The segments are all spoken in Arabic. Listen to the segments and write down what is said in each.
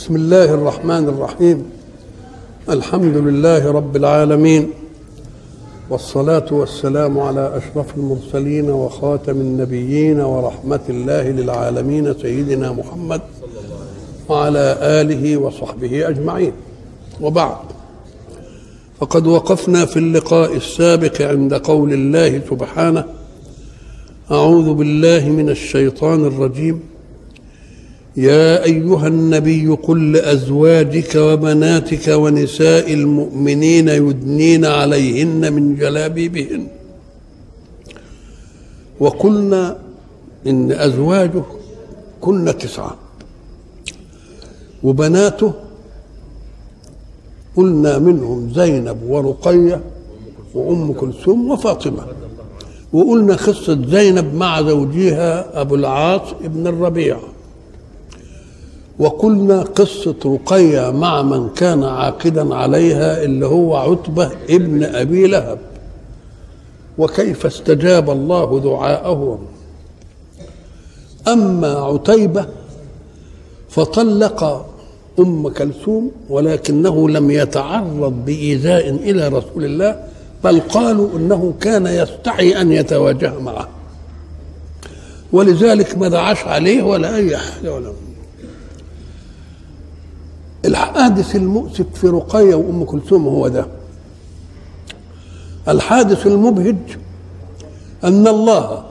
بسم الله الرحمن الرحيم. الحمد لله رب العالمين، والصلاة والسلام على أشرف المرسلين وخاتم النبيين ورحمة الله للعالمين سيدنا محمد وعلى آله وصحبه أجمعين. وبعد، فقد وقفنا في اللقاء السابق عند قول الله سبحانه: أعوذ بالله من الشيطان الرجيم. يا أيها النبي قل لأزواجك وبناتك ونساء المؤمنين يدنين عليهن من جلابيبهن. وقلنا إن أزواجه كن 9، وبناته قلنا منهم زينب ورقية وأم كلثوم وفاطمة. وقلنا قصة زينب مع زوجها أبو العاص ابن الربيع. وقلنا قصة رقية مع من كان عاقدا عليها اللي هو عتبة ابن أبي لهب، وكيف استجاب الله دعاءه. أما عتيبة فطلق أم كلثوم، ولكنه لم يتعرض بإيذاء إلى رسول الله، بل قالوا إنه كان يستحي أن يتواجه معه، ولذلك ما دعاش عليه ولا أي حاجة. ولا الحادث المؤسف في رقية وأم كلثوم هو ده. الحادث المبهج أن الله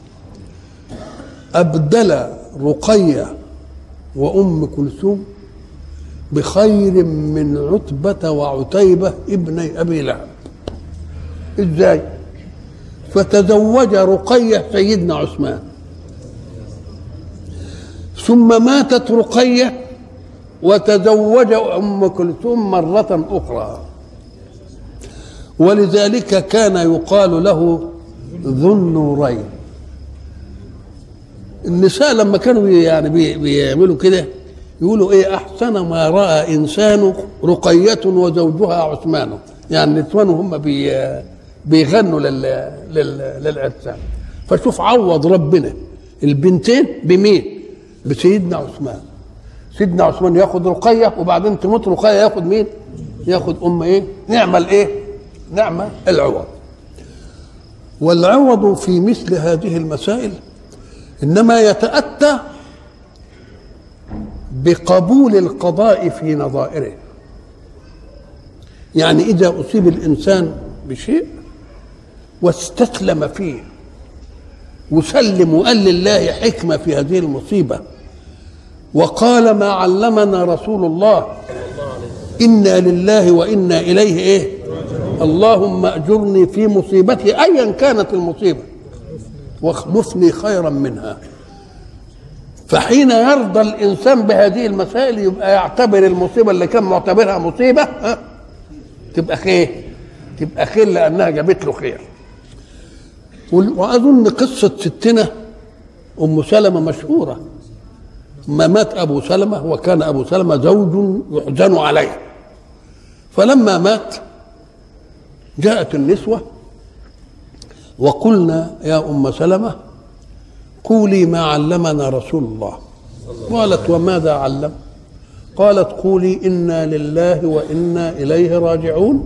أبدل رقية وأم كلثوم بخير من عتبة وعتيبة ابني أبي لهب. إزاي؟ فتزوج رقية سيدنا عثمان، ثم ماتت رقية وتزوج أم كلثوم مرة أخرى، ولذلك كان يقال له ذو النورين. النساء لما كانوا بيعملوا كده يقولوا ايه: احسن ما راى انسان رقية وزوجها عثمان. يعني النسوان هم بيغنوا للعرسان. فشوف عوض ربنا البنتين بمين؟ بسيدنا عثمان. سيدنا عثمان ياخد رقية، وبعدين تموت رقية ياخد مين؟ ياخد ام ايه؟ نعمل ايه؟ نعمة العوض. والعوض في مثل هذه المسائل انما يتأتى بقبول القضاء في نظائره. يعني إذا أصيب الإنسان بشيء واستسلم فيه وسلم وقال لله حكمة في هذه المصيبة، وقال ما علمنا رسول الله: إنا لله وإنا إليه إيه؟ اللهم أجرني في مصيبتي أيا كانت المصيبة واخلفني خيرا منها. فحين يرضى الإنسان بهذه المسائل يبقى يعتبر المصيبة اللي كان معتبرها مصيبة تبقى خير، تبقى خير لأنها جابت له خير. وأظن قصة ستنا أم سلمة مشهورة. ما مات أبو سلمة، وكان أبو سلمة زوج يحزن عليه، فلما مات جاءت النسوة وقلنا: يا أم سلمة قولي ما علمنا رسول الله. قالت: وماذا علم؟ قالت: قولي إنا لله وإنا إليه راجعون،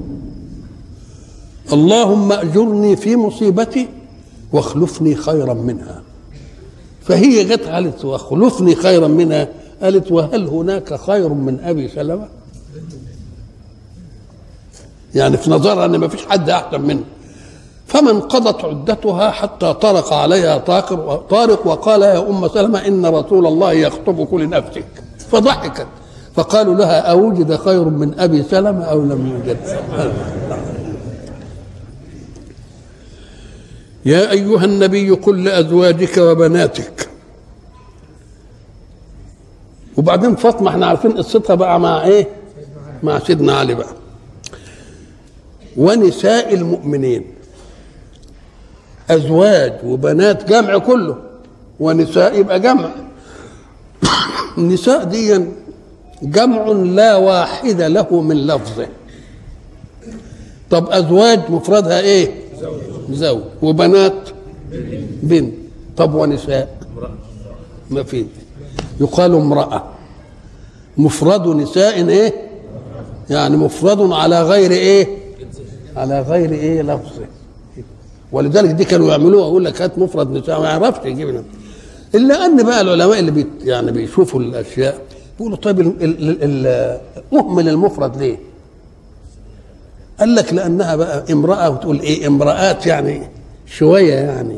اللهم أجرني في مصيبتي واخلفني خيرا منها. فهي جت قالت: واخلفني خيرا منها. قالت: وهل هناك خير من أبي سلمة؟ يعني في نظرها أن ما فيش حد أحسن منه. فمن قضت عدتها حتى طرق عليها طارق وقال: يا أم سلمة إن رسول الله يخطبك لنفسك. فضحكت، فقالوا لها: أوجد خير من أبي سلمة أو لم يوجد؟ يا أيها النبي قل لأزواجك وبناتك. وبعدين فاطمة احنا عارفين قصتها بقى مع ايه؟ مع سيدنا علي بقى. ونساء المؤمنين. أزواج وبنات جمع كله، ونساء يبقى جمع. النساء دي جمع لا واحد له من لفظه. طب أزواج مفردها ايه؟ زوج. وبنات بنت. طب ونساء ما في، يقال امرأة. مفرد نساء ايه؟ يعني مفرد على غير ايه؟ على غير ايه لفظه. ولذلك دي كانوا يعملوها، يقول لك هات مفرد نساء، ما يعرفش يجيب. الا ان بقى العلماء اللي يعني بيشوفوا الاشياء بيقولوا طيب اهمل المفرد ليه؟ قال لك لانها بقى امراه، وتقول ايه امرات يعني شويه يعني،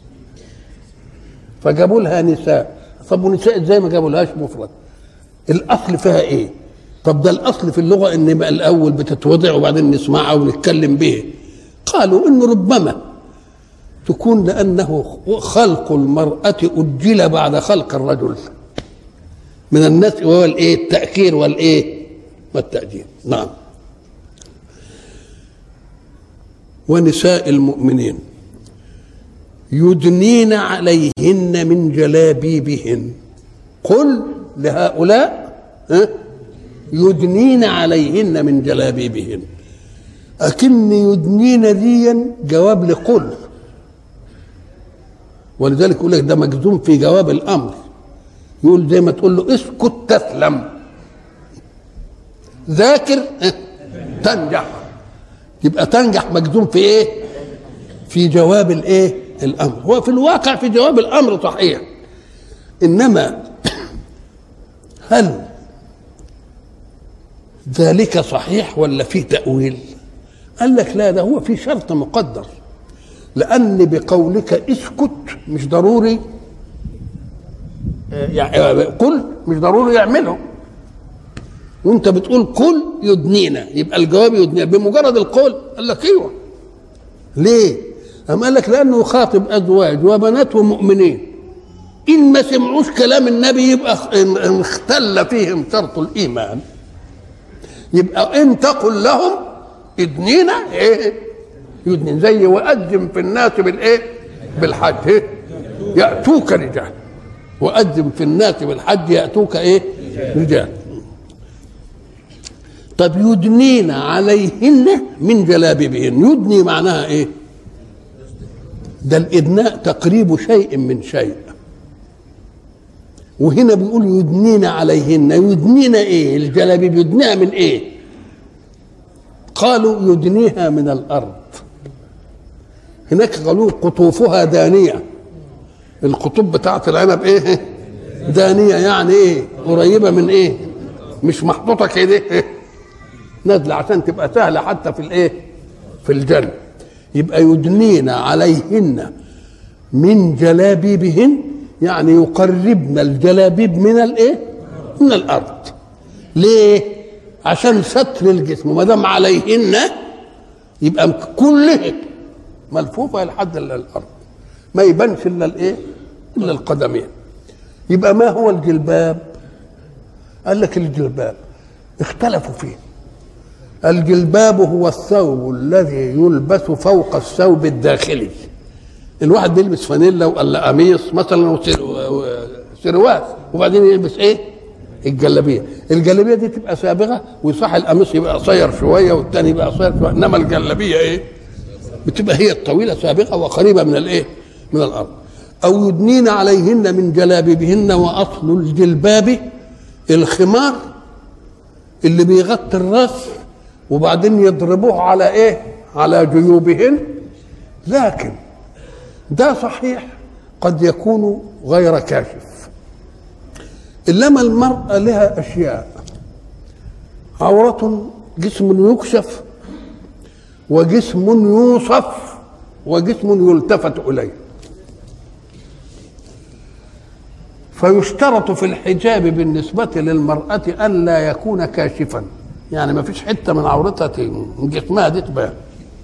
فجابوا لها نساء. طب ونساء ازاي ما جابوا لهاش مفرد؟ الاصل فيها ايه؟ طب ده الاصل في اللغه ان بقى الاول بتتوضع وبعدين نسمعها ونتكلم به. قالوا انه ربما تكون لانه خلق المراه اجل بعد خلق الرجل من الناس، وهو الايه التاخير والايه والتاجيل. نعم. ونساء المؤمنين يدنين عليهن من جلابيبهن. قل لهؤلاء يدنين عليهن من جلابيبهن. أكن يدنين ديا جواب لقل، ولذلك يقول لك ده مجزوم في جواب الأمر. يقول زي ما تقول له اسكت تسلم، ذاكر تنجح. يبقى تنجح مجزوم في ايه؟ في جواب الايه؟ الامر. هو في الواقع في جواب الامر صحيح، انما هل ذلك صحيح ولا في تأويل؟ قال لك لا، ده هو في شرط مقدر، لأن بقولك اسكت مش ضروري يعني قل مش ضروري يعمله، وانت بتقول قل يدنينا، يبقى الجواب يدنينا بمجرد القول. قال لك ايوه. ليه؟ أم قال لك لأنه يخاطب أزواج وبناته مؤمنين، إن ما سمعوش كلام النبي يبقى اختل فيهم شرط الإيمان. يبقى إن تقل لهم ادنينا إيه؟ يدنين. زي وأذن في الناس بالإيه؟ بالحج إيه؟ يأتوك رجال. وأذن في الناس بالحج يأتوك إيه؟ رجال. طب يدنين عليهن من جلابيبهن، يدني معناها إيه؟ ده الإدناء تقريب شيء من شيء، وهنا بيقول يدنين عليهن. يدنين ايه؟ الجلابيب يدنيها من ايه؟ قالوا يدنيها من الارض. هناك قالوا قطوفها دانيه، القطوف بتاعت العنب ايه؟ دانيه، يعني ايه؟ قريبه من ايه؟ مش محطوطه كده إيه؟ نازله عشان تبقى سهله حتى في الايه؟ في الجنه. يبقى يدنين عليهن من جلابيبهن، يعني يقربن الجلابيب من الايه؟ من الارض. ليه؟ عشان ستر الجسم، وما دام عليهن يبقى كلها ملفوفه لحد الارض، ما يبانش الا الايه؟ الا القدمين. يبقى ما هو الجلباب؟ قال لك الجلباب اختلفوا فيه. الجلباب هو الثوب الذي يلبس فوق الثوب الداخلي. الواحد بيلبس فانيلا ولا قميص مثلا وسرواس، وبعدين يلبس ايه؟ الجلابيه. الجلابيه دي تبقى سابغه، ويصح القميص يبقى قصير شويه والثاني يبقى قصير شويه، انما الجلابيه ايه؟ بتبقى هي الطويله سابغه وقريبه من الايه؟ من الارض. او يدنين عليهن من جلابيبهن. واصل الجلباب الخمار اللي بيغطي الراس وبعدين يضربوه على ايه؟ على جيوبهن. لكن ده صحيح قد يكون غير كاشف، إنما المرأة لها أشياء، عورة جسم يكشف وجسم يوصف وجسم يلتفت إليه. فيشترط في الحجاب بالنسبة للمرأة أن لا يكون كاشفا، يعني ما فيش حتة من عورتها من جسمها دي تبان.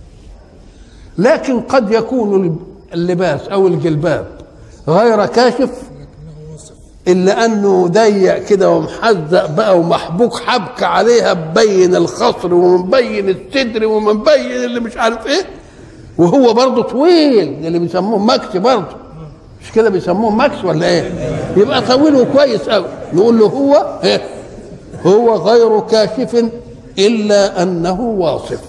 لكن قد يكون اللباس أو الجلباب غير كاشف، إلا أنه ضيق كده ومحزق بقى ومحبوك حبك عليها، مبين الخصر ومبين الصدر ومبين اللي مش عارف إيه، وهو برضه طويل اللي بيسموه ماكس برضه، مش كده بيسموه ماكس ولا إيه؟ يبقى طويل وكويس أوي، نقول له هو إيه؟ هو غير كاشف إلا أنه واصف.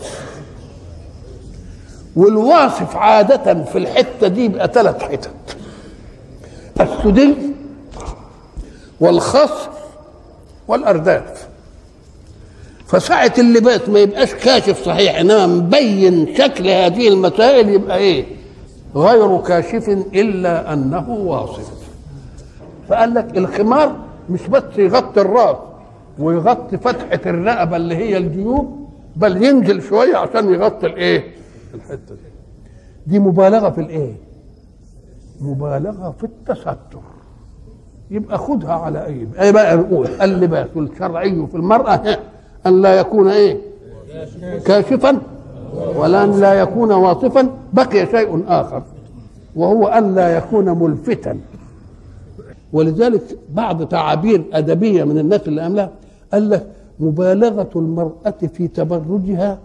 والواصف عادة في الحتة دي يبقى 3 حتت: السدل والخصر والارداف. فساعة اللباس ما يبقاش كاشف صحيح، انما مبين شكل هذه المسائل، يبقى ايه؟ غير كاشف الا انه واصف. فقال لك الخمار مش بس يغطي الراس ويغطي فتحة الرقبة اللي هي الجيوب، بل ينزل شوية عشان يغطي الايه؟ الحتة دي مبالغة في الايه؟ مبالغة في التستر. يبقى خدها على ايه بقى نقول اللباس الشرعي في المرأة ان لا يكون ايه؟ كاشفا، ولا ان لا يكون واصفا. بقي شيء اخر وهو ان لا يكون ملفتا. ولذلك بعض تعابير ادبيه من الناس اللي عملها قال لك مبالغه المراه في تبرجها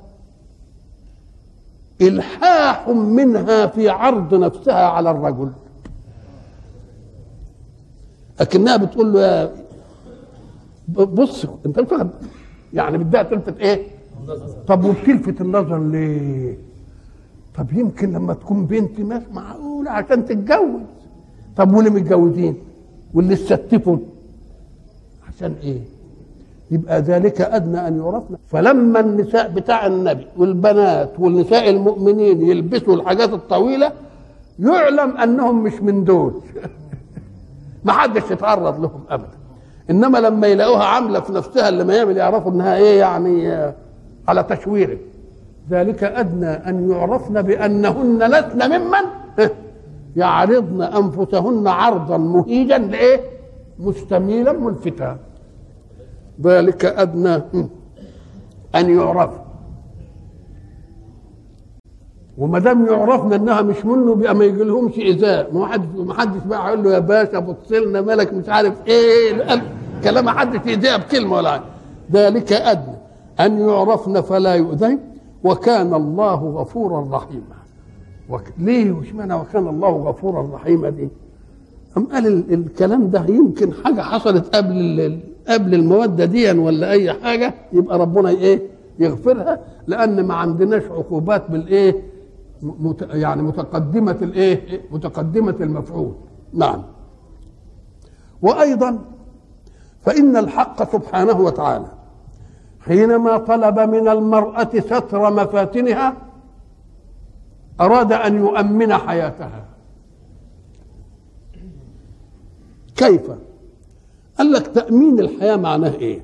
الحاح منها في عرض نفسها على الرجل. لكنها بتقول له يا بص انت بتاخد يعني بدها تلفت ايه؟ طب وبتلفت النظر ليه؟ طب يمكن لما تكون بنت مش معقوله عشان تتجوز. طب واللي متجوزين واللي استتفوا عشان ايه؟ يبقى ذلك ادنى ان يعرفنا. فلما النساء بتاع النبي والبنات والنساء المؤمنين يلبسوا الحاجات الطويله يعلم انهم مش من دول ما حدش يتعرض لهم ابدا. انما لما يلاقوها عامله في نفسها اللي ما يعمل يعرفوا انها ايه يعني على تشويره. ذلك ادنى ان يعرفن بانهن لسن ممن يعرضن انفسهن عرضا مهيجا لايه؟ مستميلا ملفتا. ذلك ادنى ان يعرف. وما دام يعرفن انها مش منه بقى ما يجيلهمش ايذاء. ما حدش بقى يقول له يا باشا بص لنا مالك مش عارف ايه كلام، ما حدش يضيع بكلمه ولا حاجه. ذلك ادنى ان يعرفن فلا يؤذين وكان الله غفورا رحيما. ليه واشمعنى وكان الله غفورا رحيما دي؟ أم قال الكلام ده يمكن حاجه حصلت قبل الموده دي ولا اي حاجه، يبقى ربنا ايه؟ يغفرها، لان ما عندناش عقوبات بالايه؟ يعني متقدمه الايه؟ متقدمه المفعول. نعم. وايضا فان الحق سبحانه وتعالى حينما طلب من المراه ستر مفاتنها اراد ان يؤمن حياتها. كيف؟ قال لك تأمين الحياة معناه ايه؟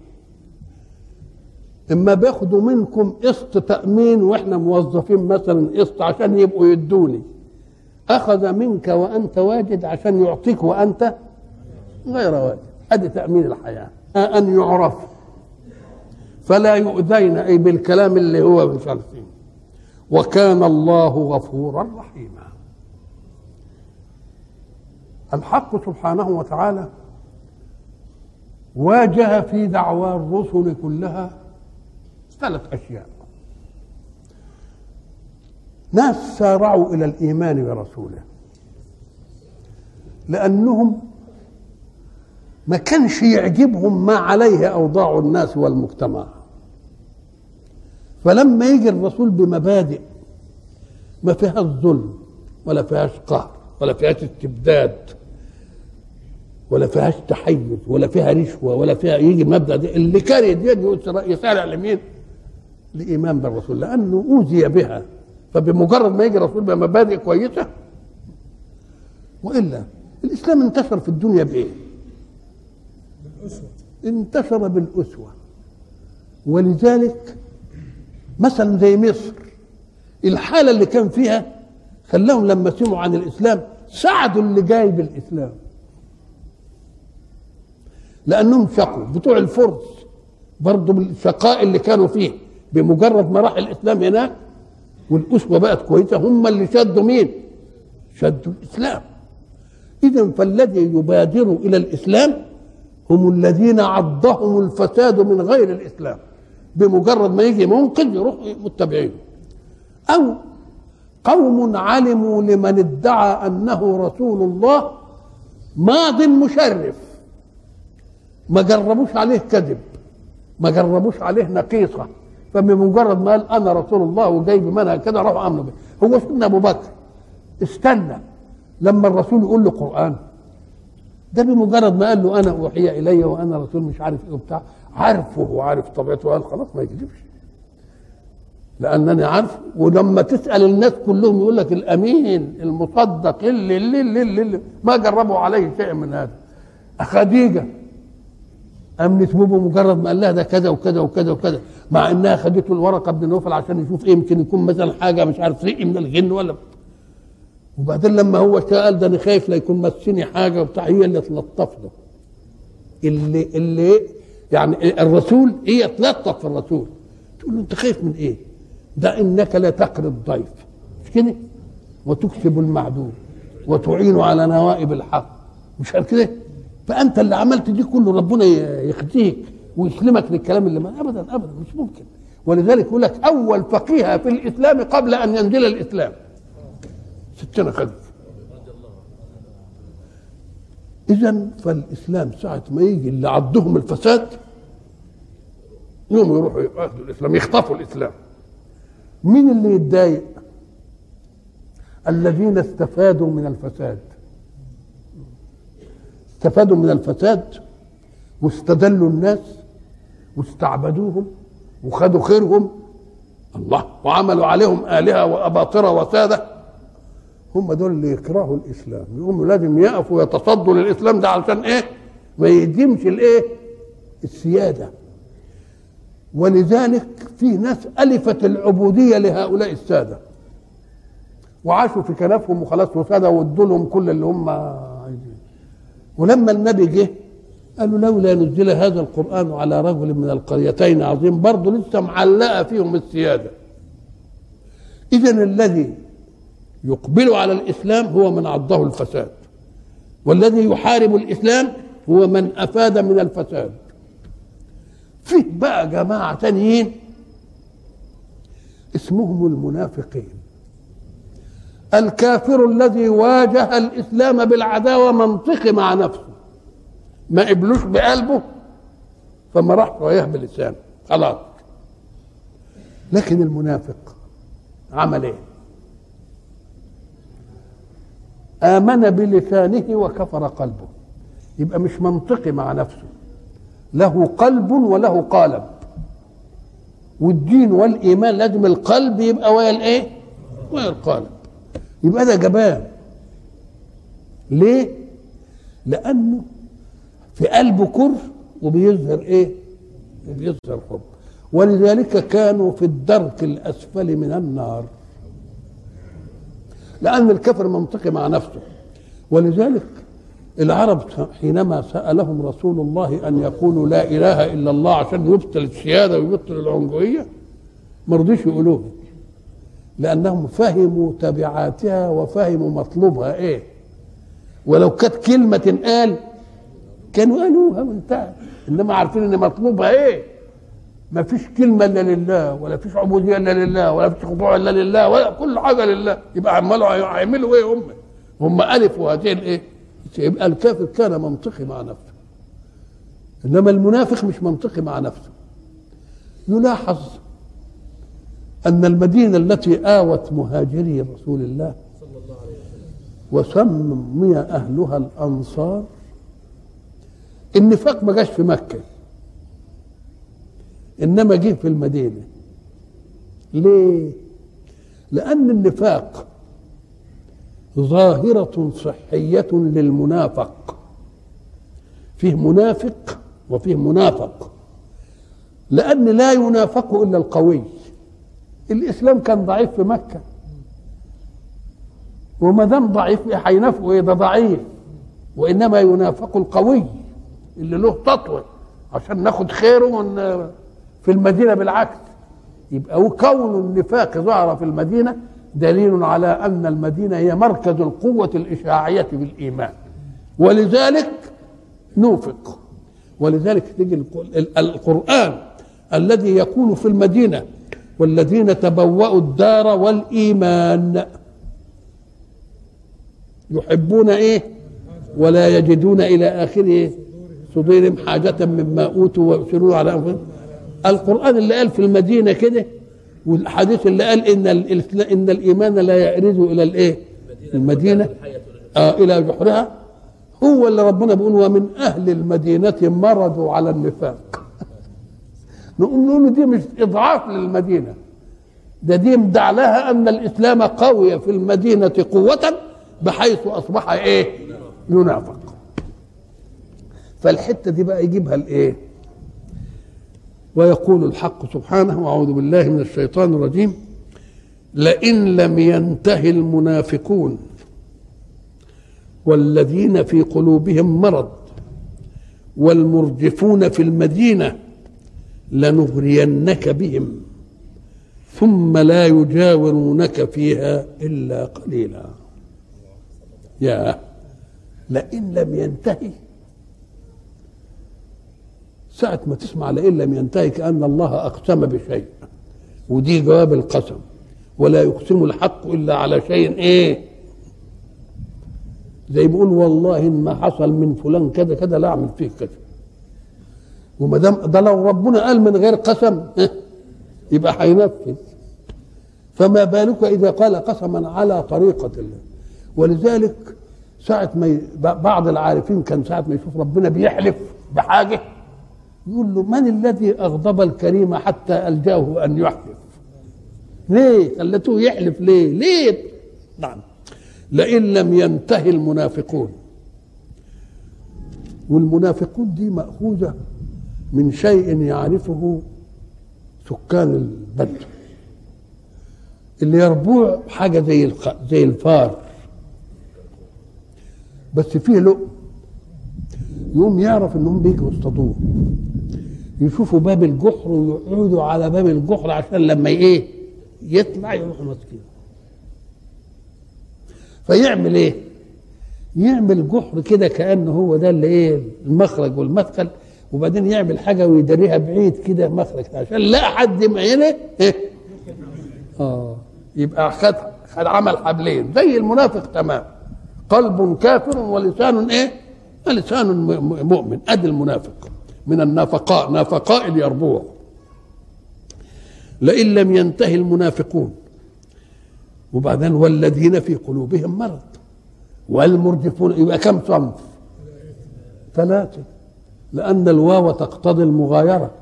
اما بياخدوا منكم قسط تأمين واحنا موظفين مثلا قسط عشان يبقوا يدوني، اخذ منك وانت واجد عشان يعطيك وانت غير واجد. ادي تأمين الحياة. ان يعرف فلا يؤذين، اي بالكلام اللي هو مش عارفين. وكان الله غفورا رحيما. الحق سبحانه وتعالى واجه في دعوى الرسل كلها 3 أشياء. ناس سارعوا إلى الإيمان برسوله لأنهم ما كانش يعجبهم ما عليه أوضاع الناس والمجتمع. فلما يجي الرسول بمبادئ ما فيهاش ظلم ولا فيهاش قهر ولا فيهاش استبداد ولا فيهاش تحيز ولا فيها رشوه ولا فيها، يجي المبدا ده اللي كان يسارع لمين؟ لايمان بالرسول، لانه اوذي بها. فبمجرد ما يجي الرسول بمبادئ كويسه، والا الاسلام انتشر في الدنيا بايه؟ بالاسوه. انتشر بالاسوه. ولذلك مثلا زي مصر الحاله اللي كان فيها خلاهم لما سمعوا عن الاسلام ساعدوا اللي جاي بالاسلام، لانهم شقوا. بتوع الفرس برضه بالشقاء اللي كانوا فيه بمجرد ما راح الاسلام هناك والاسوه بقت كويسه هم اللي شدوا مين؟ شدوا الاسلام. اذا فالذي يبادر الى الاسلام هم الذين عضهم الفساد من غير الاسلام، بمجرد ما يجي منقذ يروح متبعين. او قوم علموا لمن ادعى انه رسول الله ماض مشرف، ما جربوش عليه كذب، ما جربوش عليه نقيصه، فبمجرد ما قال انا رسول الله وجاي بمنهج كده راحوا امنوا به. هو سيدنا ابو بكر استنى لما الرسول يقول له قران، ده بمجرد ما قال له انا اوحي الي وانا رسول مش عارف ايه وبتاع، عارفه وعارف طبيعته، قال خلاص ما يكذبش لانني عارف. ولما تسال الناس كلهم يقول لك الامين المصدق اللي ما جربوا عليه شيء من هذا. خديجه امنت به مجرد ما قال لها ده كذا وكذا وكذا وكذا، مع انها خدته الورقه بن نوفل عشان يشوف ايه يمكن يكون مثلا حاجه مش عارف ريق من الجن ولا. وبعدين لما هو قال ده انا خايف لا يكون مسني حاجه وبتاع، هي اللي تلطف له. اللي يعني الرسول هي تلطف في الرسول، تقول له انت خايف من ايه؟ ده انك لا تقري الضيف مش كده؟ وتكسب المعدوم وتعين على نوائب الحق مش كده؟ فانت اللي عملت دي كله ربنا يخزيك ويسلمك للكلام اللي ما ابدا ابدا مش ممكن. ولذلك يقول لك اول فقيه في الاسلام قبل ان ينزل الاسلام ستنا خديجه. اذا فالاسلام ساعه ما يجي اللي عضهم الفساد يوم يروحوا ياخذوا الاسلام يخطفوا الاسلام. مين اللي يتضايق؟ الذين استفادوا من الفساد، استفادوا من الفساد واستدلوا الناس واستعبدوهم وخدوا خيرهم الله وعملوا عليهم آلهة وأباطرة وسادة. هم دول اللي يكرهوا الإسلام، يقوموا لازم يقفوا يتصدوا للإسلام ده علشان إيه؟ ما يديمش الإيه؟ السيادة. ولذلك في ناس ألفت العبودية لهؤلاء السادة وعاشوا في كنفهم وخلاص وسادة وادوا لهم كل اللي هم عايزين. ولما النبي جه قالوا لولا نزل هذا القرآن على رجل من القريتين عظيم، برضه لسه معلقة فيهم السيادة. إذن الذي يقبل على الإسلام هو من عضه الفساد، والذي يحارب الإسلام هو من أفاد من الفساد. فيه بقى جماعة تانيين اسمهم المنافقين. الكافر الذي واجه الإسلام بالعداوة منطقي مع نفسه، ما قبلوش بقلبه فما راح وياه بلسانه خلاص. لكن المنافق عمل ايه؟ آمن بلسانه وكفر قلبه. يبقى مش منطقي مع نفسه، له قلب وله قالب. والدين والإيمان لازم القلب يبقى ويا الايه؟ ويا القالب. يبقى ده جبان. ليه؟ لأنه في قلبه كره وبيظهر ايه؟ وبيظهر حب. ولذلك كانوا في الدرك الأسفل من النار، لأن الكفر منطقي مع نفسه. ولذلك العرب حينما سألهم رسول الله أن يقولوا لا إله إلا الله عشان يبطل السيادة ويبطل العنجهية ما رضيش يقولوها، لأنهم فهموا تبعاتها وفهموا مطلوبها إيه. ولو كانت كلمة تنقال كانوا قالوها وانتهى، إنما عارفين إن مطلوبها إيه. ما فيش كلمة إلا لله، ولا فيش عبودية إلا لله، ولا فيش خضوع إلا لله، ولا كل حاجة لله. يبقى عملوا إيه هم ألفوا هذه الإيه. يبقى الكافر كان منطقي مع نفسه، إنما المنافق مش منطقي مع نفسه. يلاحظ أن المدينة التي آوت مهاجري رسول الله وسمي أهلها الأنصار، النفاق ما جاش في مكة إنما جه في المدينة. ليه؟ لأن النفاق ظاهرة صحية للمنافق. فيه منافق وفيه منافق، لأن لا ينافق إلا القوي. الإسلام كان ضعيف في مكة، وما دام ضعيف هينافقوا إيه؟ ده ضعيف. وإنما ينافق القوي اللي له تطوى عشان ناخد خيره في المدينة. بالعكس، يبقى وكون النفاق ظهر في المدينة دليل على أن المدينة هي مركز القوة الإشاعية بالإيمان، ولذلك نوفق. ولذلك تجي القرآن الذي يكون في المدينة والذين تبوأوا الدار والإيمان يحبون إيه؟ ولا يجدون إلى آخره صدورهم حاجة مما أوتوا ويؤثرون على أنفسهم. القرآن اللي قال في المدينة كده، والحديث اللي قال إن الإيمان لا يعرض إلى الإيه؟ المدينة إلى جحرها، هو اللي ربنا بيقول ومن اهل المدينه مرضوا على النفاق. نقوم نقول دي مش اضعاف للمدينه، دي مدع لها ان الاسلام قوي في المدينه قوه بحيث اصبح ايه؟ ينافق. فالحته دي بقى يجيبها الايه؟ ويقول الحق سبحانه واعوذ بالله من الشيطان الرجيم: لئن لم ينتهي المنافقون والذين في قلوبهم مرض والمرجفون في المدينة لنغرينك بهم ثم لا يجاورونك فيها إلا قليلا. يا لئن لم ينتهي، ساعة ما تسمع لئن لم ينتهي كأن الله أقسم بشيء، ودي جواب القسم، ولا يقسم الحق إلا على شيء إيه؟ زي بيقول والله إن ما حصل من فلان كذا كذا لا أعمل فيه كذا. وما دام ده لو ربنا قال من غير قسم يبقى هينفذ، فما بالك إذا قال قسما على طريقة الله. ولذلك ساعة ما بعض العارفين كان ساعة ما يشوف ربنا بيحلف بحاجة يقول له من الذي أغضب الكريم حتى ألجأه أن يحلف؟ ليه؟ خلته يحلف ليه؟ ليه؟ نعم. لئن لم ينتهي المنافقون، والمنافقون دي مأخوذة من شيء يعرفه سكان البدو، اللي يربوع حاجة زي الفار بس فيه لقم، يقوم يعرف انهم بيجوا يصطادوه، يشوفوا باب الجحر ويقعدوا على باب الجحر عشان لما ايه يطلع يروحوا ماسكينه. فيعمل ايه؟ يعمل جحر كده كأنه هو ده اللي ايه المخرج والمدخل، وبعدين يعمل حاجه ويداريها بعيد كده مخرج عشان لا حد معينه ايه يبقى خد عمل حبلين زي المنافق تمام، قلب كافر ولسان ايه؟ لسان مؤمن. ادي المنافق من النافقاء، نافقاء اليربوع. لئن لم ينتهي المنافقون، وبعدين والذين في قلوبهم مرض والمرجفون، يبقى كم صنف؟ 3، لأن الواو تقتضي المغايرة.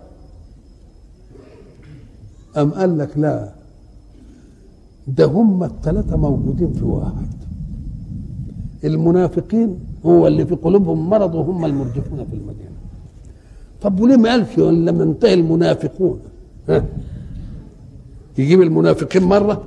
أم قال لك لا، ده هم ال3 موجودين في واحد. المنافقين هو اللي في قلوبهم مرض وهم المرجفون في المدينة. طب وليه ما قالش لما انتهي المنافقون؟ يجيب المنافقين مرة،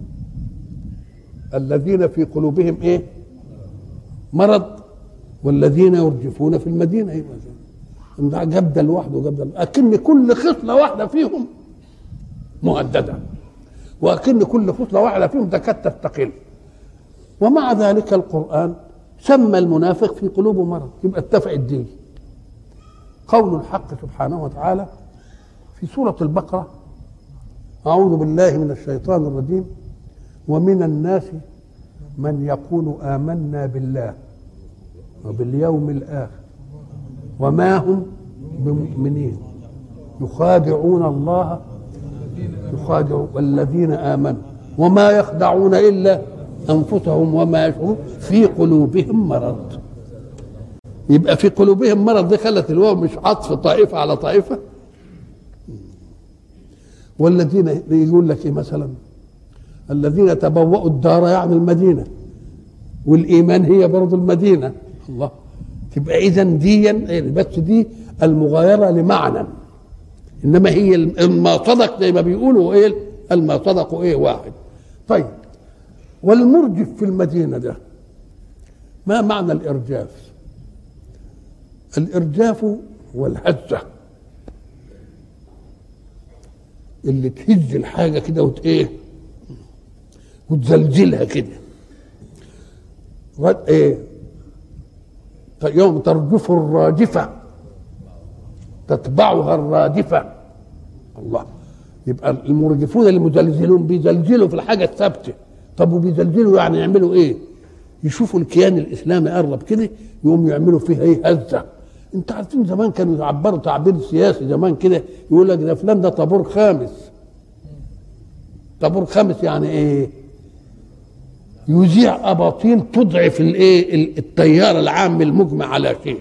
الذين في قلوبهم ايه؟ مرض والذين يرجفون في المدينة. يبقى جاب ده لوحده وجاب ده، أكن كل خصلة واحدة فيهم مهددة، وأكن كل خصلة واحدة فيهم تكاد تستقل. ومع ذلك القرآن سمى المنافق في قلوبه مرض، يبقى اتفق الدين. قول الحق سبحانه وتعالى في سورة البقرة: أعوذ بالله من الشيطان الرجيم: ومن الناس من يقول آمنا بالله وباليوم الآخر وما هم بمؤمنين يخادعون الله يخادعون والذين آمنوا وما يخدعون إلا أنفسهم وما يشعرون في قلوبهم مرض. يبقى في قلوبهم مرض، دي خلت الواو مش عطف طائفة على طائفة. والذين يقول لك إيه مثلا؟ الذين تبوأوا الدار يعني المدينة، والإيمان هي برضو المدينة. الله، تبقى إذا دي بس دي المغايرة لمعنى، إنما هي ما صدق زي ما بيقولوا إيه الما صدقوا إيه واحد. طيب، والمرجف في المدينة ده ما معنى الإرجاف؟ الإرجاف والهزة، اللي تهز الحاجة كده وإيه وتزلزلها كده. إيه؟ يوم ترجف الراجفة تتبعها الرادفة. الله، يبقى المرجفون المزلزلون بيزلزلوا في الحاجة الثابتة. طب وبيزلزلوا يعني يعملوا ايه؟ يشوفوا الكيان الإسلامي قرب كده يقوم يعملوا فيها ايه؟ هزة. انت عارفين زمان كانوا يعبروا تعبير سياسي زمان كده، يقول لك ده فلان ده طابور خامس. طابور خامس يعني ايه؟ يذيع اباطيل تضعف الايه التيار العام المجمع على شيء،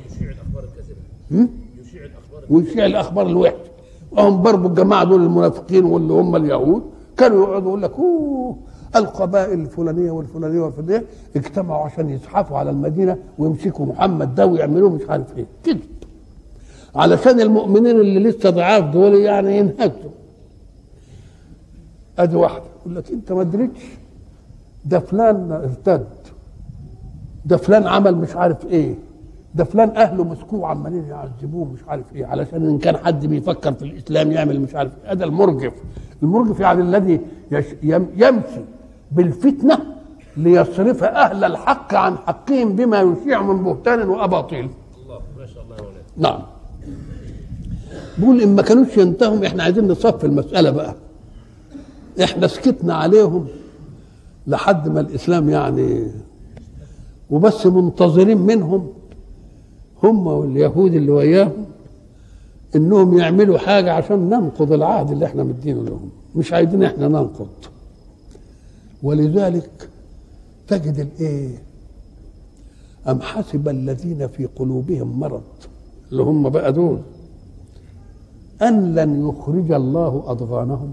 ويشيع الاخبار الوحشه. وهم برضه الجماعه دول المنافقين واللي هم اليهود كانوا يقعدوا يقول لك القبائل الفلانيه والفلانيه والفلانيه اجتمعوا عشان يزحفوا على المدينه ويمسكوا محمد ده ويعملوه مش عارف ايه كده، علشان المؤمنين اللي لسه ضعاف دول يعني ينهزوا. ادي واحده يقول لك انت ما ادريتش ده فلان ارتد، ده فلان عمل مش عارف ايه، ده فلان اهله مسكوه وعمالين يعذبوه مش عارف ايه، علشان ان كان حد بيفكر في الاسلام يعمل مش عارف ايه. هذا المرجف. المرجف يعني الذي يمشي بالفتنه ليصرف اهل الحق عن حقهم بما يشيع من بهتان واباطيل. الله ما شاء الله يا ولاد. نعم. بيقول ان ما كانوش ينتهوا احنا عايزين نصفي المساله بقى. احنا سكتنا عليهم لحد ما الاسلام يعني وبس منتظرين منهم هم واليهود اللي وياهم انهم يعملوا حاجه عشان ننقض العهد اللي احنا مدينه لهم، مش عايزين احنا ننقض. ولذلك تجد الايه ام حسب الذين في قلوبهم مرض اللي هم بقى دول ان لن يخرج الله اضغانهم.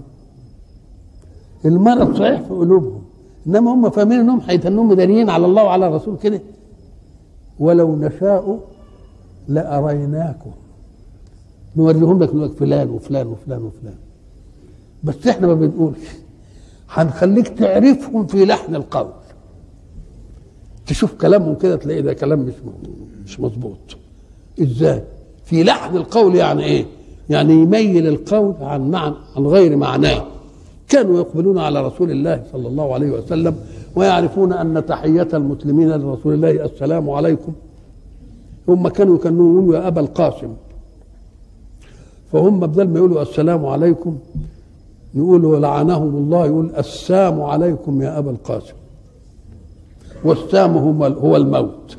المرض صحيح في قلوبهم انما هم فاهمين انهم هيتنهم مداريين على الله وعلى الرسول كده. ولو نشاء لاريناكم نوريهم لك فلان وفلان وفلان وفلان، بس احنا ما بنقولش، هنخليك تعرفهم في لحن القول. تشوف كلامهم كده تلاقي ده كلام مش مظبوط. ازاي؟ في لحن القول يعني ايه؟ يعني يميل القول عن غير معناه. كانوا يقبلون على رسول الله صلى الله عليه وسلم ويعرفون ان تحية المسلمين لرسول الله السلام عليكم. هم كانوا يقولوا يا ابا القاسم، فهم بدل ما يقولوا السلام عليكم يقولوا لعنهم الله، يقول السام عليكم يا ابا القاسم، والسام هو الموت.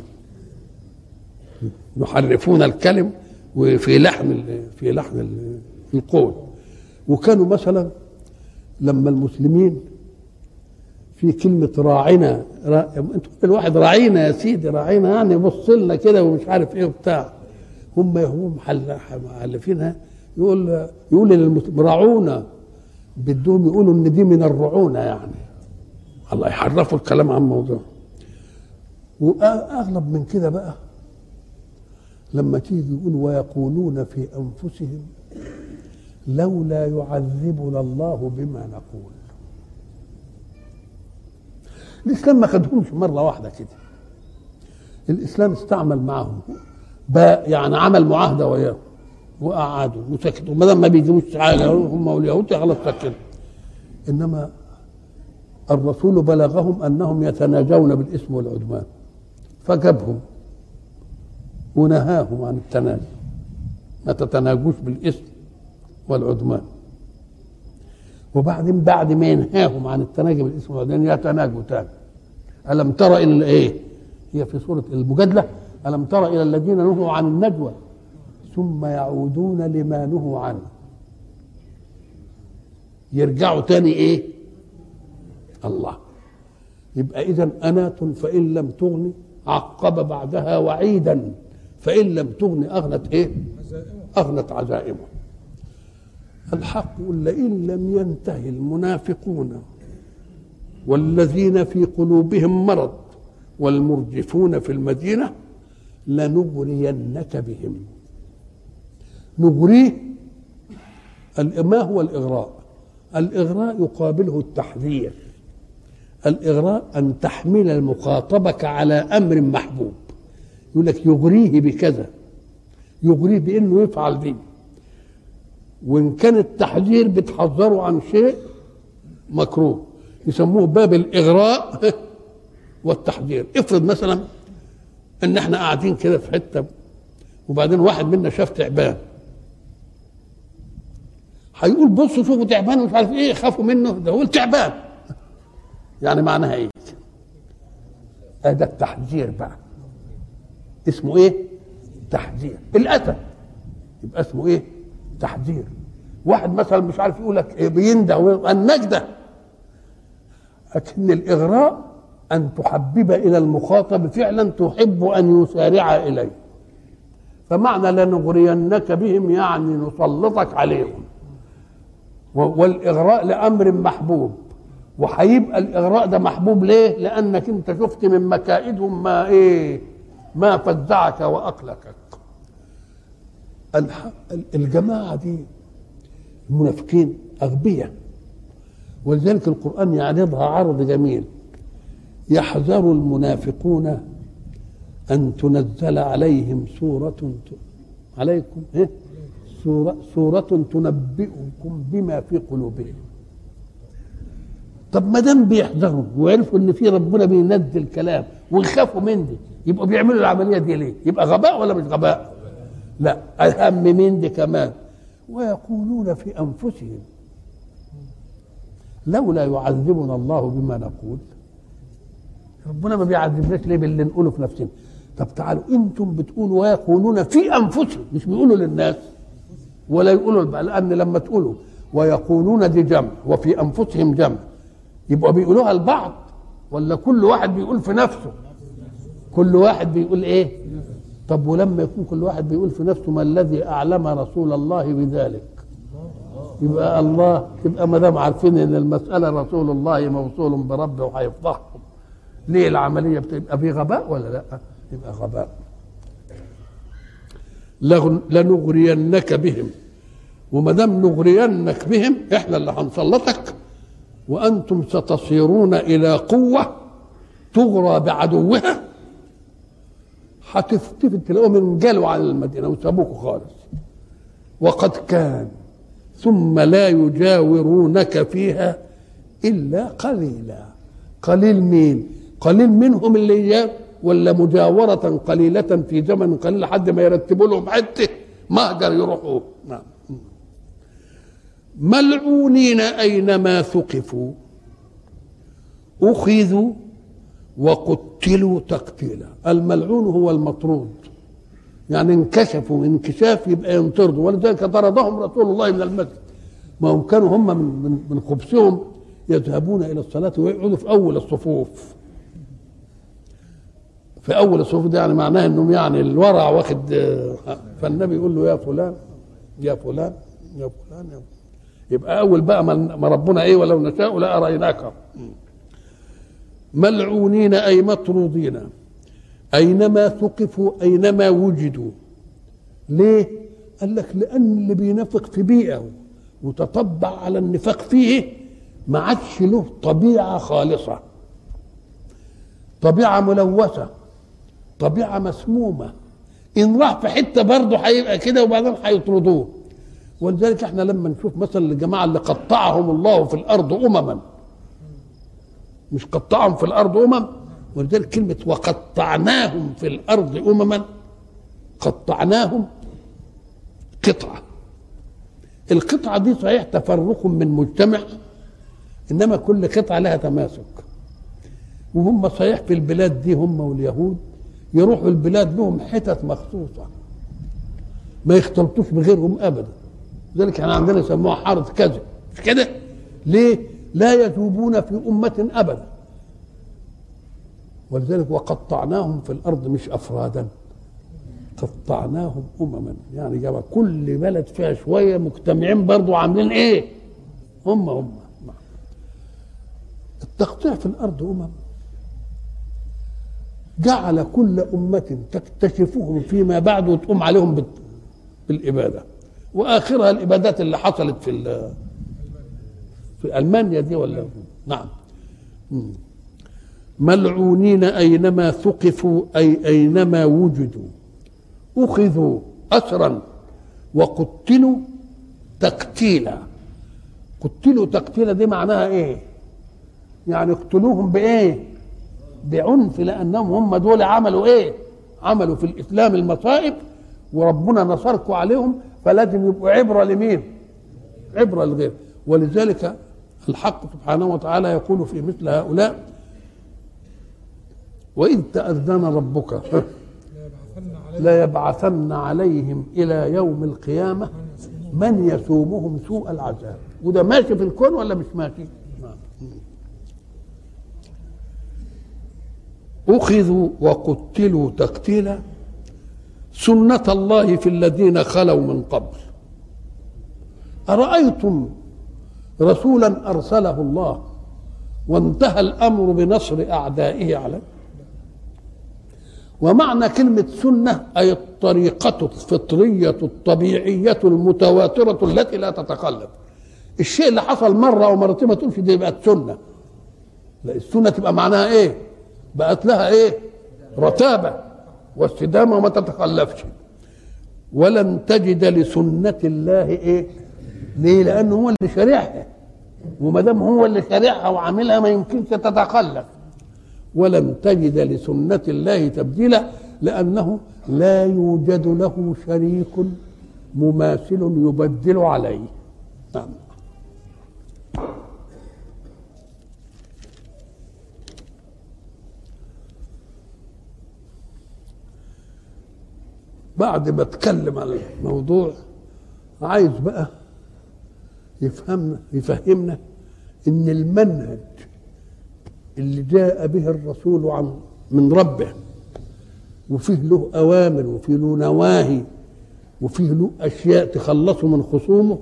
يحرفون الكلم وفي لحن القول. وكانوا مثلا لما المسلمين في كلمة راعنا انتوا الواحد راعينا يا سيدي راعينا يعني بص لنا كده ومش عارف ايه وبتاع، هم محلفينها يقول راعونا، بدهم يقولوا ان دي من الرعونه يعني. الله يحرفوا الكلام عن موضوع. واغلب من كده بقى لما تيجي يقول ويقولون في انفسهم لولا يعذبنا الله بما نقول. الاسلام ما خدهمش مره واحده كده، الاسلام استعمل معهم يعني عمل معاهده وياهم وقعدوا وسكتوا، ما دام ما بيجيبوش حاجه هم واليهود خلاص سكتوا. انما الرسول بلغهم انهم يتناجون بالاثم والعدوان فجابهم ونهاهم عن التناجي، ما تتناجوش بالاثم والعدوان. وبعدين بعد ما ينهاهم عن التناجي بالاثم والعدوان يتناجوا تاني. الم تر الى ايه؟ هي في سوره المجادله، الم تر الى الذين نهوا عن النجوى ثم يعودون لما نهوا عنه. يرجعوا تاني ايه؟ الله. يبقى اذا انات فان لم تغني عقب بعدها وعيدا، فان لم تغني اغنت ايه؟ اغنت عزائمه. الحق يقول لئن لم ينتهي المنافقون والذين في قلوبهم مرض والمرجفون في المدينه لنغرينك بهم. نغريه ما هو الإغراء؟ الإغراء يقابله التحذير. الإغراء أن تحمل المخاطبة على أمر محبوب، يقول لك يغريه بكذا، يغريه بأنه يفعل دي. وإن كان التحذير بتحذره عن شيء مكروه يسموه باب الإغراء والتحذير. افرض مثلا ان احنا قاعدين كده في حته وبعدين واحد منا شاف تعبان، هيقول بصوا شوفوا تعبان ومش عارف ايه، خافوا منه، ده هو تعبان. يعني معناها ايه؟ ده التحذير بقى، اسمه ايه؟ تحذير. الاسد يبقى اسمه ايه؟ تحذير. واحد مثلا مش عارف يقول لك إيه بينده النجده، لكن الاغراء أن تحبب إلى المخاطب فعلا تحب أن يسارع إليه. فمعنى لنغرينك بهم يعني نسلطك عليهم، والإغراء لأمر محبوب، وهيبقى الإغراء ده محبوب ليه؟ لأنك أنت شفت من مكائدهم ما فزعك وأقلقك. الجماعة دي المنافقين أغبياء، ولذلك القرآن يعرضها عرض جميل: يحذر المنافقون أن تنزل عليهم سورة تنبئكم بما في قلوبهم. طب ما دام بيحذروا وعرفوا ان في ربنا بينزل كلام ويخافوا من دي، يبقوا بيعملوا العمليه دي ليه؟ يبقى غباء ولا مش غباء؟ لا، اهم من دي كمان ويقولون في انفسهم لولا يعذبنا الله بما نقول. ربنا ما بيعذبناش ليه باللي نقوله في نفسنا؟ طب تعالوا انتم بتقولوا ويقولون في انفسهم، مش بيقولوا للناس ولا يقولوا بقى، لان لما تقولوا ويقولون دي جمع وفي انفسهم جمع، يبقى بيقولوها لبعض ولا كل واحد بيقول في نفسه؟ كل واحد بيقول ايه؟ طب ولما يكون كل واحد بيقول في نفسه ما الذي اعلم رسول الله بذلك؟ يبقى الله، يبقى ما دام عارفين ان المساله رسول الله موصول بربه وهيفضحهم، ليه العمليه بتبقى في غباء ولا لا؟ يبقى غباء. لنغرينك بهم، وما دام نغرينك بهم احنا اللي هنسلطك، وانتم ستصيرون الى قوه تغرى بعدوها، هتفتفت تلاقوهم انجلوا على المدينه وسابوكوا خالص. وقد كان ثم لا يجاورونك فيها الا قليلا. قليل مين؟ قليل منهم اللي جاء، ولا مجاورة قليلة في زمن قليل لحد ما يرتبوا لهم حته مهجر يروحوا. نعم. ملعونين أينما ثقفوا أخذوا وقتلوا تقتيلا. الملعون هو المطرود، يعني انكشفوا انكشاف يبقى ينطردوا، ولذلك طردهم رسول الله من المسجد. ما هم كانوا هم من خبثهم يذهبون إلى الصلاة ويقعدوا في أول الصفوف. في أول الصفوف ده يعني معناه إنهم يعني الورع واخد. فالنبي يقول له يا فلان يا فلان يا فلان يا فلان. يبقى أول بقى ما ربنا إيه ولو نشاء لأريناك. ملعونين أي مطرودين أينما ثقفوا أينما وجدوا. ليه؟ قال لك لأن اللي بينافق في بيئة وتطبع على النفاق فيه ما عادش له طبيعة خالصة، طبيعة ملوثة، طبيعة مسمومة. إن راح في حتة برضه هيبقى كده وبعدين هيطردوه. ولذلك احنا لما نشوف مثلا الجماعة اللي قطعهم الله في الأرض أمما، مش قطعهم في الأرض ولذلك كلمة وقطعناهم في الأرض أمما، قطعناهم قطعة. القطعة دي صحيح تفرق من مجتمع، إنما كل قطعة لها تماسك. وهم صحيح في البلاد دي هم واليهود يروحوا البلاد لهم حتت مخصوصة ما يختلطوش بغيرهم أبدا. لذلك احنا عندنا يسموها حارة كذا، مش كده؟ ليه؟ لا يذوبون في أمة أبدا. ولذلك وقطعناهم في الأرض مش أفرادا، قطعناهم أمما، يعني جمع كل بلد فيها شوية مجتمعين برضو عاملين إيه؟ هم التقطيع في الأرض جعل كل أمة تكتشفهم فيما بعد وتقوم عليهم بالإبادة، وآخرها الإبادات اللي حصلت في ألمانيا دي ولا. نعم. ملعونين أينما ثقفوا أي أينما وجدوا أخذوا أسرا وقتلوا تقتيلا. قتلوا تقتيلا دي معناها إيه؟ يعني اقتلوهم بإيه؟ بعنف، لأنهم هم دول عملوا إيه؟ عملوا في الإسلام المصائب وربنا نصركم عليهم، فلازم يبقوا عبرة لمين؟ عبرة لغير. ولذلك الحق سبحانه وتعالى يقول في مثل هؤلاء: وإذ تأذن ربك لا يبعثن عليهم إلى يوم القيامة من يسومهم سوء العذاب. وده ماشي في الكون ولا مش ماشي؟ أخذوا وقتلوا تقتيلا سنة الله في الذين خلوا من قبل. أرأيتم رسولا أرسله الله وانتهى الأمر بنصر أعدائه عليه؟ ومعنى كلمة سنة أي الطريقة الفطرية الطبيعية المتواترة التي لا تتقلب. الشيء اللي حصل مرة أو مرتين ما تقولش دي بقت سنة، لا، السنة تبقى معناها إيه؟ بقت لها إيه؟ رتابة واستدامة وما تتخلفش. ولن تجد لسنة الله إيه؟ ليه؟ لأنه هو اللي شارعها، وما دام هو اللي شارعها وعاملها ما يمكنش تتخلف. ولن تجد لسنة الله تبديلا، لأنه لا يوجد له شريك مماثل يبدل عليه. نعم. بعد ما اتكلم عن الموضوع عايز بقى يفهمنا ان المنهج اللي جاء به الرسول من ربه، وفيه له اوامر وفيه له نواهي وفيه له اشياء تخلصه من خصومه،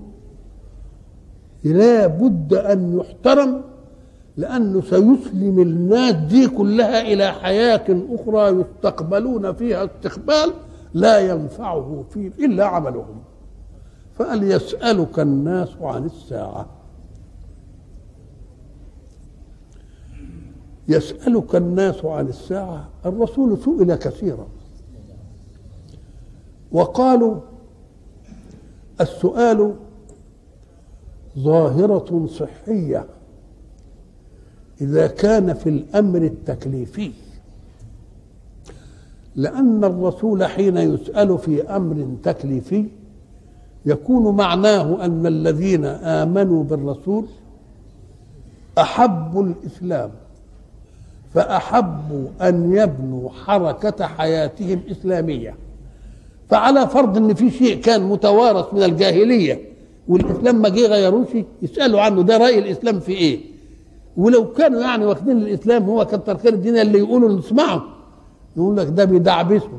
لا بد ان يحترم، لانه سيسلم الناس دي كلها الى حياه اخرى يستقبلون فيها استقبال لا ينفعه فيه الا عملهم. فقال يسألك الناس عن الساعة. يسألك الناس عن الساعة. الرسول سئل كثيرا وقالوا السؤال ظاهرة صحية إذا كان في الأمر التكليفي، لأن الرسول حين يسأل في أمر تكليفي يكون معناه أن الذين آمنوا بالرسول أحبوا الإسلام فأحبوا أن يبنوا حركة حياتهم إسلامية. فعلى فرض أن في شيء كان متوارث من الجاهلية والإسلام ما جه غيروش، يسألوا عنه ده رأي الإسلام في إيه. ولو كانوا يعني واخدين الإسلام هو كتر خير الدين اللي يقولوا نسمعه، يقول لك ده بيدعبسوا.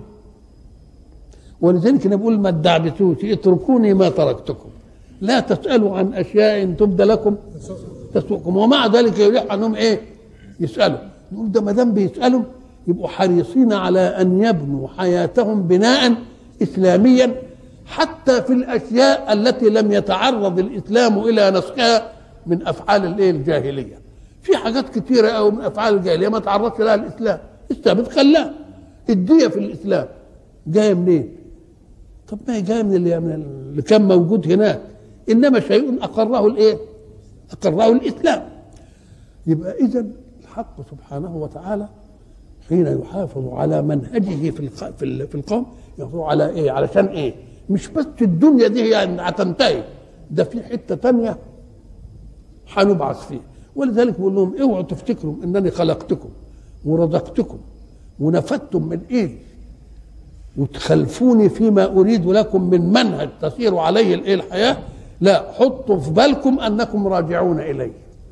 ولذلك نقول ما تدعبسوش، اتركوني ما تركتكم، لا تسألوا عن أشياء تبدى لكم تسوءكم. ومع ذلك يلح عنهم إيه؟ يسألوا. نقول ده ما دام بيسألوا يبقوا حريصين على أن يبنوا حياتهم بناء إسلاميا، حتى في الأشياء التي لم يتعرض الإسلام إلى نسخها من أفعال الجاهلية. في حاجات كثيرة أو من أفعال الجاهلية ما تعرضش لها الإسلام، الثابت خلاها. الدية في الإسلام جاية منين؟ طب ما هي جاية من اللي كان موجود هناك، إنما شيء أقره الإيه؟ أقره الإسلام. يبقى إذن الحق سبحانه وتعالى حين يحافظ على منهجه في القوم يحافظ على إيه؟ علشان إيه؟ مش بس الدنيا دي يعني هتنتهي، ده في حتة تانية هنبعث فيه. ولذلك بقول لهم اوعوا تفتكروا انني خلقتكم ورزقتكم ونفدتم من ايدي وتخلفوني فيما اريد لكم من منهج تسير عليه الايه الحياه. لا، حطوا في بالكم انكم راجعون الي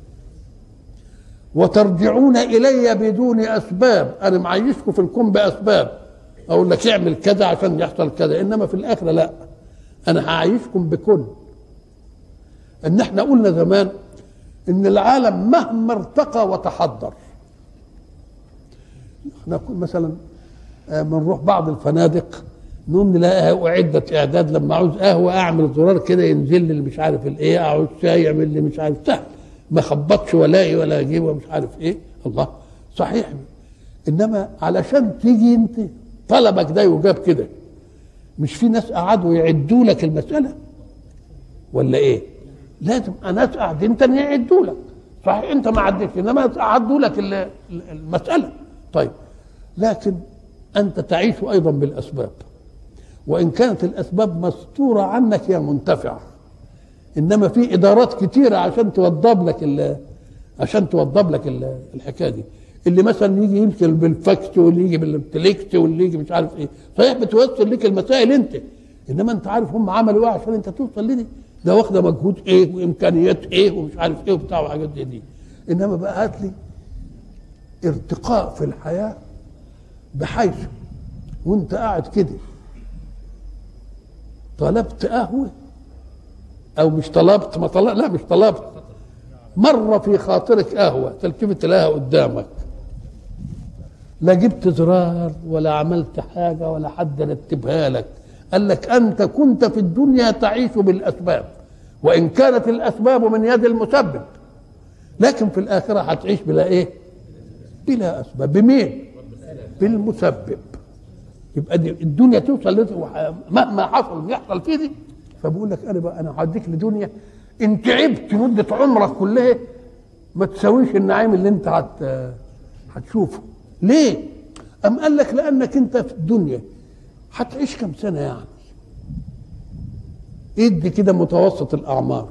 وترجعون الي بدون اسباب. انا معيشكم في الكون باسباب، اقول لك اعمل كذا عشان يحصل كذا، انما في الاخره لا، انا هعيشكم بكل. ان احنا قلنا زمان ان العالم مهما ارتقى وتحضر، احنا مثلا بنروح بعض الفنادق نقوم نلاقيها اعدت اعداد، لما عاوز قهوه اعمل زرار كده ينزل لي مش عارف الايه، عاوز شاي يعمل لي مش عارف، سهل، ما خبطش ولاقي ولا اجيب ومش عارف ايه. الله، صحيح. انما علشان تيجي انت طلبك ده يجاب كده، مش في ناس قعدوا يعدوا لك المساله ولا ايه؟ لازم ناس قاعدين تاني يعدوا لك، صحيح انت ما عدتش انما قعدوا لك المساله. طيب، لكن انت تعيش ايضا بالاسباب، وان كانت الاسباب مستوره عنك هي منتفعه، انما في ادارات كتيره عشان توضب لك الحكايه دي. اللي مثلا يجي يمكن بالفاكس واللي يجي بالتليكس واللي يجي مش عارف ايه، صحيح بتوصل لك المسائل انت، انما انت عارف هم عملوا ايه عشان انت توصل لدي، ده واخده مجهود ايه وامكانيات ايه ومش عارف ايه وبتاع وحاجات دي. انما بقى هات لي ارتقاء في الحياه بحيث وانت قاعد كده طلبت قهوة او مش طلبت، ما طلبت، لا مش طلبت، مرة في خاطرك قهوة تلتفت لها قدامك، لا جبت زرار ولا عملت حاجة ولا حد رتبها لك، قال لك أنت كنت في الدنيا تعيش بالأسباب، وإن كانت الأسباب من يد المسبب، لكن في الآخرة هتعيش بلا إيه؟ بلا أسباب. بمين؟ بالمسبب. يبقى الدنيا توصل مهما حصل يحصل فيه دي. فبقول لك أنا هديك لدنيا إن تعبت مدة عمرك كلها ما تساويش النعيم اللي أنت هتشوفه. ليه؟ أم قال لك لأنك أنت في الدنيا هتعيش كم سنة يعني؟ ادي كده متوسط الأعمار،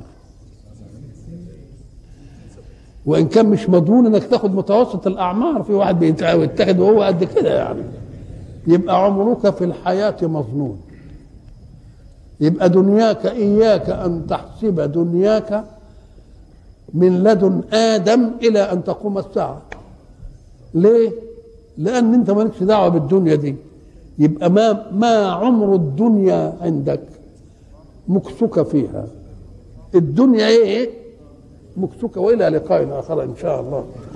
وإن كان مش مضمون إنك تاخد متوسط الأعمار، في واحد بيتاخد وهو قد كده يعني، يبقى عمرك في الحياة مظنون. يبقى دنياك إياك أن تحسب دنياك من لدن آدم إلى أن تقوم الساعة. ليه؟ لأن أنت مالكش دعوة بالدنيا دي. يبقى ما عمر الدنيا عندك مكسوك فيها. الدنيا إيه؟ مكسوك. وإلى لقاء آخر إن شاء الله.